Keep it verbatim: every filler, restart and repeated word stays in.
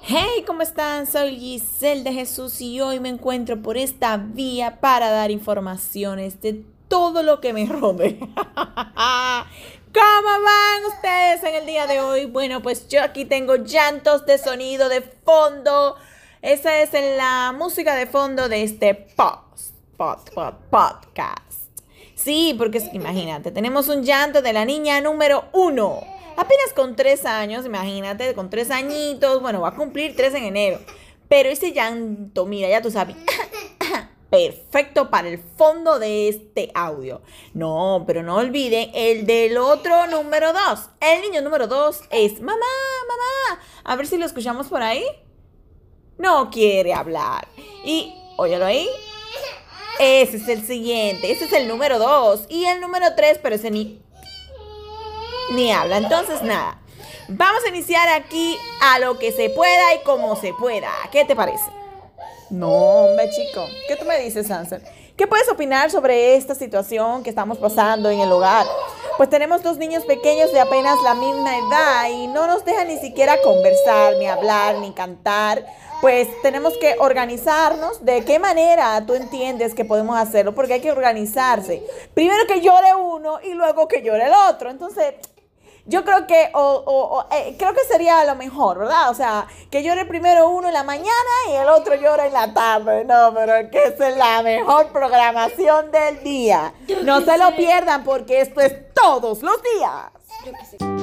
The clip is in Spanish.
Hey, ¿cómo están? Soy Giselle de Jesús y hoy me encuentro por esta vía para dar informaciones de todo lo que me rodea. ¿Cómo van ustedes en el día de hoy? Bueno, pues yo aquí tengo llantos de sonido de fondo. Esa es la música de fondo de este post, pod, pod, podcast. Sí, porque imagínate, tenemos un llanto de la niña número uno. Apenas con tres años, imagínate, con tres añitos, bueno, va a cumplir tres en enero. Pero ese llanto, mira, ya tú sabes, perfecto para el fondo de este audio. No, pero no olviden el del otro número dos. El niño número dos es mamá, mamá. A ver si lo escuchamos por ahí. No quiere hablar. Y, óyalo ahí. Ese es el siguiente, ese es el número dos. Y el número tres, pero ese ni... ni habla, entonces nada. Vamos a iniciar aquí a lo que se pueda y como se pueda. ¿Qué te parece? No, hombre, chico. ¿Qué tú me dices, Ansel? ¿Qué puedes opinar sobre esta situación que estamos pasando en el hogar? Pues tenemos dos niños pequeños de apenas la misma edad y no nos dejan ni siquiera conversar, ni hablar, ni cantar. Pues tenemos que organizarnos. ¿De qué manera tú entiendes que podemos hacerlo? Porque hay que organizarse. Primero que llore uno y luego que llore el otro. Entonces, yo creo que o, o, o, eh, creo que sería lo mejor, ¿verdad? O sea, que llore primero uno en la mañana y el otro llora en la tarde. No, pero es que esa es la mejor programación del día. No se lo pierdan porque esto es todos los días.